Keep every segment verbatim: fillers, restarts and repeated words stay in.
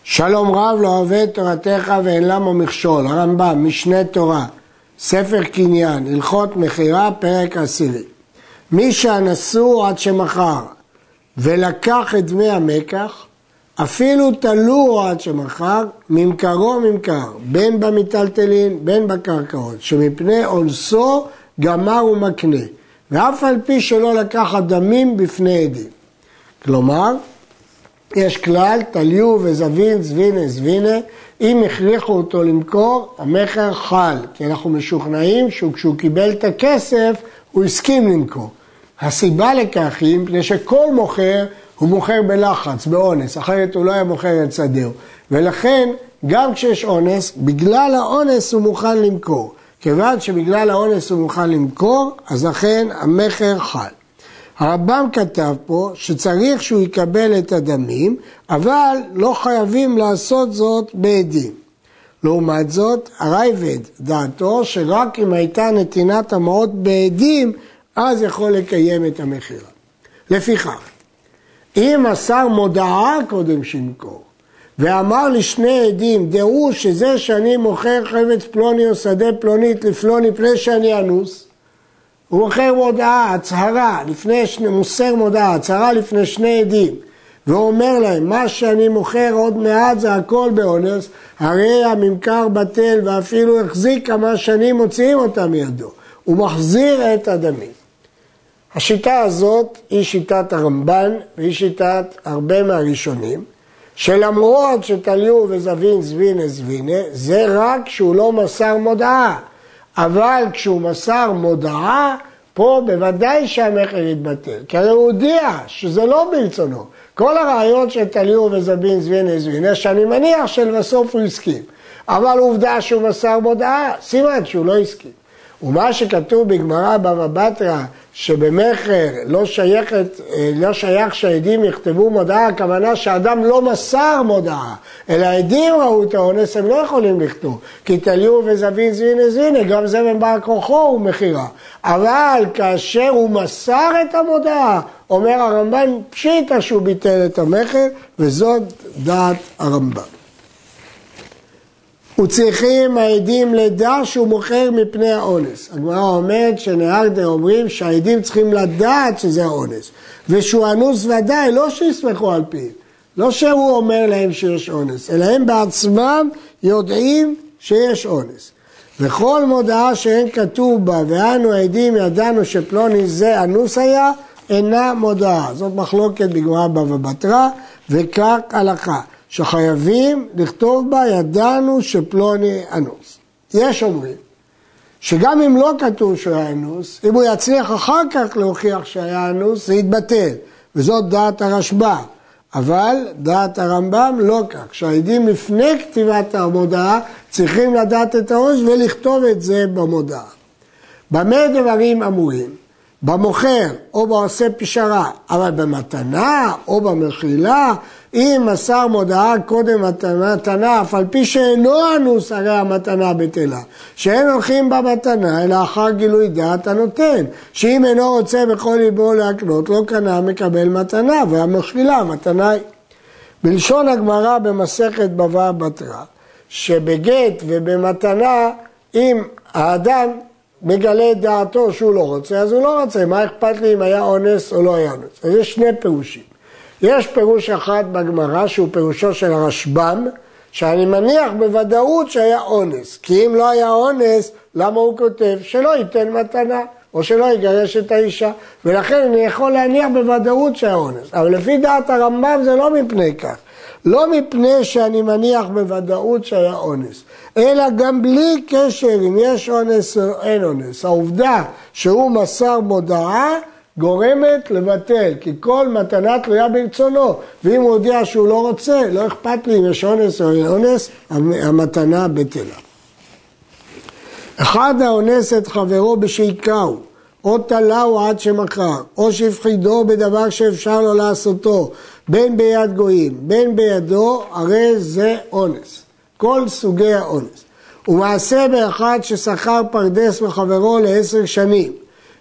שלום רב לא אוהב את תורתך ואין למה מכשול. הרמב"ם, משנה תורה, ספר קניין, הלכות מכירה, פרק עשירי. מי שאנסו עד שמכר ולקח את דמי המקח, אפילו תלו עד שמכר, ממכרו ממכר, בין במטלטלין, בין בקרקעות, שמפני אונסו גמר ומקנה, ואף על פי שלא לקח דמים בפני עדים. כלומר, יש כלל, תליו וזבין, זבינה, זבינה, אם הכריחו אותו למכור, המכר חל, כי אנחנו משוכנעים שכשהוא קיבל את הכסף, הוא הסכים למכור. הסיבה לכך היא, מפני שכל מוכר, הוא מוכר בלחץ, באונס, אחרת הוא לא היה מוכר את שדהו. ולכן, גם כשיש אונס, בגלל האונס הוא מוכן למכור. כיוון שבגלל האונס הוא מוכן למכור, אז לכן המכר חל. הרמב"ם כתב פה שצריך שהוא יקבל את הדמים, אבל לא חייבים לעשות זאת בעדים. לעומת זאת, הרייבד דעתו שרק אם הייתה נתינת המעות בעדים, אז יכול לקיים את המכירה. לפיכך, אם מסר מודעה קודם שימכור, ואמר לשני עדים, דעו שזה שאני מוכר חפץ פלוני או שדה פלונית לפלוני פני שאני אנוס, הוא מוכר מודעה, הצהרה, לפני שני, מוסר מודעה, הצהרה לפני שני עדים, ואומר להם, מה שאני מוכר עוד מעט זה הכל באונס, הרי הממכר בטל ואפילו החזיק כמה שנים מוציאים אותה מידו, הוא מחזיר את הדמים. השיטה הזאת היא שיטת הרמב"ן, והיא שיטת הרבה מהראשונים, שלמרות שתליו וזבין זבינה זבינה, זה רק כשהוא לא מסר מודעה. אבל כשהוא מסר מודעה, פה בוודאי שהמכר יתבטל. כי הרי הוא הודיע שזה לא ברצונו. כל הרעיון של תליו וזבין זבינה זבינה, שאני מניח שלבסוף הוא הסכים. אבל עובדה שהוא מסר מודעה, סימן שהוא לא הסכים. ומה שכתוב בגמרא בבא בתרא, שבמכר לא, שייכת, לא שייך שהעדים יכתבו מודעה, הכוונה שהאדם לא מסר מודעה, אלא העדים ראו את האונס, הם לא יכולים לכתוב, כי תליו וזבין זבינה זבינה, גם זה מבא כוחו הוא מכירה. אבל כאשר הוא מסר את המודעה, אומר הרמב"ן פשיטא שהוא ביטל את המכר, וזאת דעת הרמב"ן. וצריכים העדים לדע שהוא מוכר מפני האונס. הגמרא אומרת שנהרדה אומרים שהעדים צריכים לדעת שזה האונס. ושהוא אנוס ודאי, לא שיסמכו על פיו. לא שהוא אומר להם שיש אונס, אלא הם בעצמם יודעים שיש אונס. וכל מודעה שאין כתוב בה, ואנו העדים ידענו שפלוני זה אנוס היה, אינה מודעה. זאת מחלוקת בגמרא בבא בתרא, וכך הלכה. שחייבים לכתוב בה ידענו שפלוני אנוס. יש אומרים שגם אם לא כתוב שהוא היה אנוס, אם הוא יצליח אחר כך להוכיח שהיה אנוס, זה יתבטל. וזאת דעת הרשב"א. אבל דעת הרמב"ם לא כך. כשהעדים לפני כתיבת המודעה צריכים לדעת את האונס ולכתוב את זה במודעה. במה דברים אמורים? במוכר או בעושה פשרה, אבל במתנה או במחילה, אם מסר מודעה קודם מתנה, אף על פי שאינו אנוס הרי המתנה בטלה, שאין הולכים במתנה אלא אחר גילוי דעת הנותן, שאם אינו רוצה בכל ליבו להקנות, לא קנה מקבל מתנה, והמחילה מתנה היא. בלשון הגמרא במסכת בבא בתרא, שבגט ובמתנה, אם האדם מגלה את דעתו שהוא לא רוצה, אז הוא לא רוצה, מה אכפת לי אם היה אונס או לא היה אונס? אז יש שני פירושים. יש פירוש אחד בגמרא שהוא פירושו של הרשב"ם, שאני מניח בוודאות שהיה אונס, כי אם לא היה אונס, למה הוא כותב? שלא ייתן מתנה, או שלא יגרש את האישה, ולכן אני יכול להניח בוודאות שהיה אונס. אבל לפי דעת הרמב"ם זה לא מפני כך. לא מפני שאני מניח בוודאות שהיה אונס, אלא גם בלי קשר אם יש אונס או אין אונס. העובדה שהוא מסר מודעה גורמת לבטל, כי כל מתנה תלויה ברצונו, ואם הוא הודיע שהוא לא רוצה, לא אכפת לי אם יש אונס או אין אונס, המתנה בטלה. אחד האונס את חברו בשיקהו, או תלהו עד שמכר, או שהפחידו בדבר שאפשר לו לעשותו, בין ביד גויים, בין בידו, הרי זה אונס. כל סוגי האונס. ומעשה באחד ששכר פרדס מחברו לעשר שנים,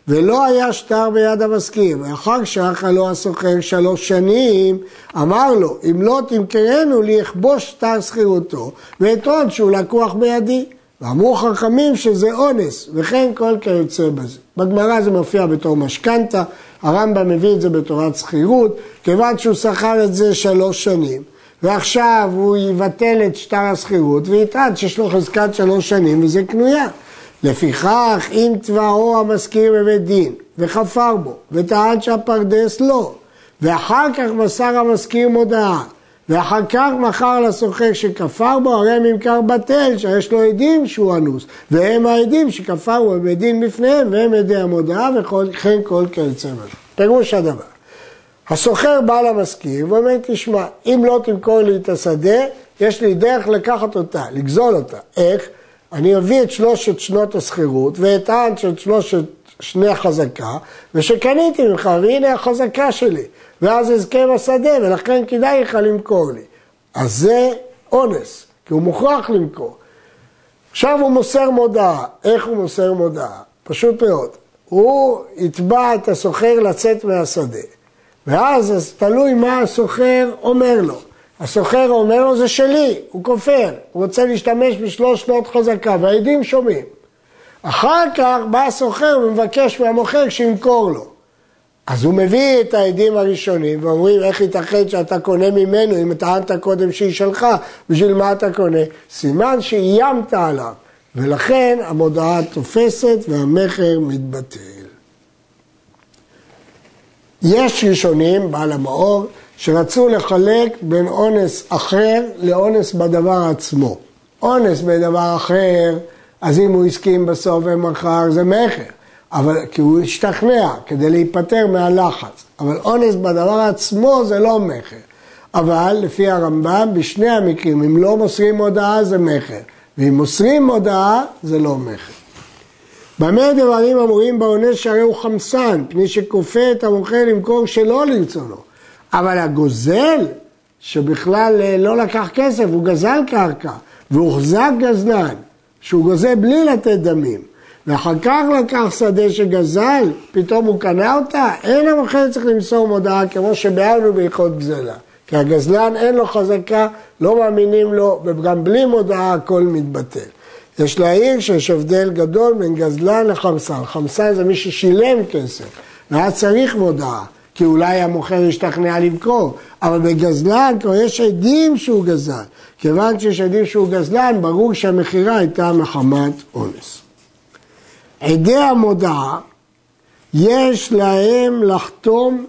ולא היה שטר ביד המשכיר, ואחר שרח לו הסוחר שלוש שנים, אמר לו, אם לא תמכרנו לי, אכבוש שטר שכירותו, ואתרון שהוא לקוח בידי. ואמרו חכמים שזה אונס, וכן כל כיוצא בזה. בגמרא זה מופיע בתור משכנתה, הרמב"ם מביא את זה בתורת שכירות, כיוון שהוא שכר את זה שלוש שנים, ועכשיו הוא יבטל את שטר השכירות, ויטען שיש לו חזקת שלוש שנים, וזה קנויה. לפיכך, אם תבעו המשכיר בבית דין, וחפר בו, וטען שהפרדס לא, ואחר כך מסר המשכיר מודעה, ואחר כך מכר לסוחר שכפר בו, הרי ממכר בטל, שיש לו עדים שהוא אנוס, והם העדים שכפר בו בבית דין בפניהם, והם עדי המודעה, וכן כל כיוצא בזה. פירוש הדבר. הסוחר בא למשכיר ואומר, תשמע, אם לא תמכור לי את השדה, יש לי דרך לקחת אותה, לגזול אותה. איך? אני אביא את שלושת שנות השכירות, ואטען של שלושת שני חזקה, ושקניתי ממך, והנה החזקה שלי, ואז אזכה בשדה, ולכן כדאי לך למכור לי. אז זה אונס, כי הוא מוכרח למכור. עכשיו הוא מוסר מודעה. איך הוא מוסר מודעה? פשוט מאוד. הוא יתבע את הסוחר לצאת מהשדה. ואז אז תלוי מה הסוחר אומר לו. הסוחר אומר לו, זה שלי, הוא כופר, הוא רוצה להשתמש בשלוש שנות חזקה, והעדים שומעים. אחר כך בא הסוחר ומבקש מהמוכר שימכור לו. אז הוא מביא את העדים הראשונים, ואומרים, איך ייתכן שאתה קונה ממנו, אם טענת קודם שהיא שלך, בשביל מה אתה קונה? סימן שאיימת עליו, ולכן המודעה תופסת והמכר מתבטל. יש ראשונים, בעל המאור, שרצו לחלק בין אונס אחר לאונס בדבר עצמו. אונס בדבר אחר, אז אם הוא הסכים בסוף ומחר זה מכר, אבל כי הוא השתכנע כדי להיפטר מהלחץ. אבל אונס בדבר עצמו זה לא מכר. אבל לפי הרמב"ם, בשני המקרים, אם לא מוסרים הודעה זה מכר, ואם מוסרים הודעה זה לא מכר. במה דברים אמורים באונס שהרי הוא חמסן, פני שכופה את המוכר למכור שלא לרצונו. אבל הגוזל, שבכלל לא לקח כסף, הוא גזל קרקע, והוחזק גזלן, שהוא גוזל בלי לתת דמים, ואחר כך לקח שדה שגזל, פתאום הוא קנה אותה, אין המוכר צריך למסור מודעה, כמו שבארנו בהלכות גזלה. כי הגזלן אין לו חזקה, לא מאמינים לו, וגם בלי מודעה הכל מתבטל. יש להעיר שיש הבדל גדול בין גזלן לחמסן. חמסן זה מי ששילם כסף, והיה צריך מודעה. כי אולי המוכר ישתכנע למכור, אבל בגזלן כבר יש עדים שהוא גזל. כיוון שיש עדים שהוא גזלן, ברור שהמחירה הייתה מחמת אונס. עדי המודעה, יש להם לחתום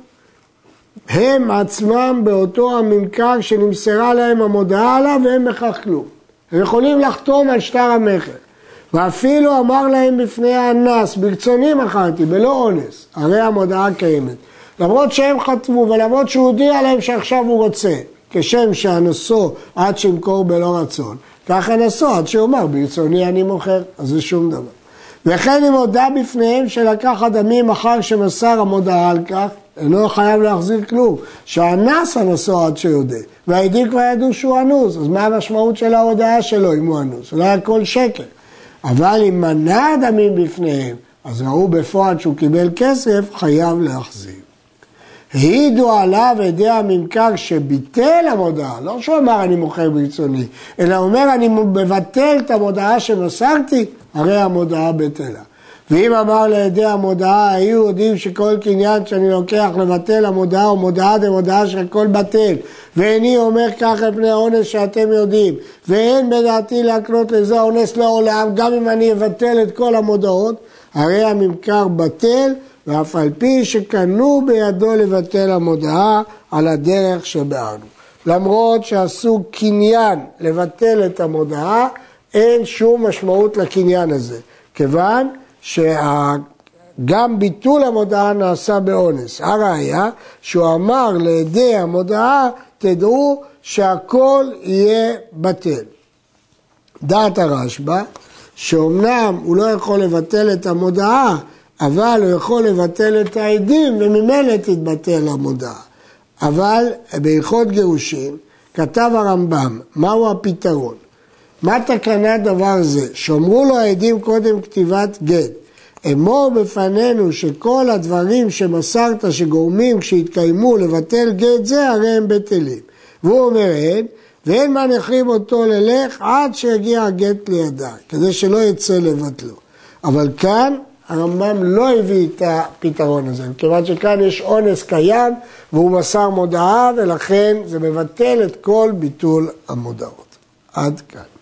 הם עצמם באותו הממכר שנמסרה להם המודעה עליו, והם בכך כלום. הם יכולים לחתום על שטר המכר. ואפילו אמר להם בפני האנס, ברצוני מכרתי, בלא אונס, הרי המודעה קיימת. למרות שהם חתמו ולמרות שהוא הודיע להם שעכשיו הוא רוצה, כשם שאנסו עד שימכור בלא רצון, כך אנסו עד שאומר ברצוני אני מוכר, אז זה שום דבר. וכן אם הודע בפניהם שלקח אדמים אחר שמסר המודעה על כך, אינו חייב להחזיר כלום, שהאנס אנסו עד שיודע, והעדים כבר ידעו שהוא אנוס, אז מה המשמעות של ההודעה שלו אם הוא אנוס? אולי הכל שקר. אבל אם מנע אדמים בפניהם, אז ראו בפועל שהוא קיבל כסף, חייב להחזיר. העידו עליו עדי הממכר שביטל המודעה, לא שהוא אמר אני מוכר ברצוני, אלא אומר אני מבטל את המודעה שמסרתי, הרי המודעה בטלה. ואם אמר לעדי המודעה, היו יודעים שכל קניין שאני לוקח לבטל המודעה, או מודעה דמודעה שהכל בטל, ואיני אומר כך על פני האונס שאתם יודעים, ואין בדעתי להקנות לזה האונס לעולם, גם אם אני אבטל את כל המודעות, הרי הממכר בטל, ואף על פי שקנו בידו לבטל המודעה על הדרך שבארנו. למרות שעשו קניין לבטל את המודעה, אין שום משמעות לקניין הזה. כיוון שגם ביטול המודעה נעשה באונס. הראיה שהוא אמר לידי המודעה, תדעו שהכל יהיה בטל. דעת הרשב"א, שאומנם הוא לא יכול לבטל את המודעה, אבל הוא יכול לבטל את העדים וממילא תתבטל המודעה. אבל בהלכות גירושין כתב הרמב"ם, מהו הפתרון? מה תקנת דבר זה? שאומרו לו העדים קודם כתיבת גט, אמור בפנינו שכל הדברים שמסרת שגורמים כשהתקיימו לבטל גט זה, הרי הם בטלים. והוא אומר אין, ואין מניחים אותו ללך עד שיגיע הגט לידה, כדי שלא יצא לבטלו. אבל כאן הרמב"ם לא הביא את הפתרון הזה, כיוון שכאן יש אונס קיים והוא מסר מודעה, ולכן זה מבטל את כל ביטול המודעות. עד כאן.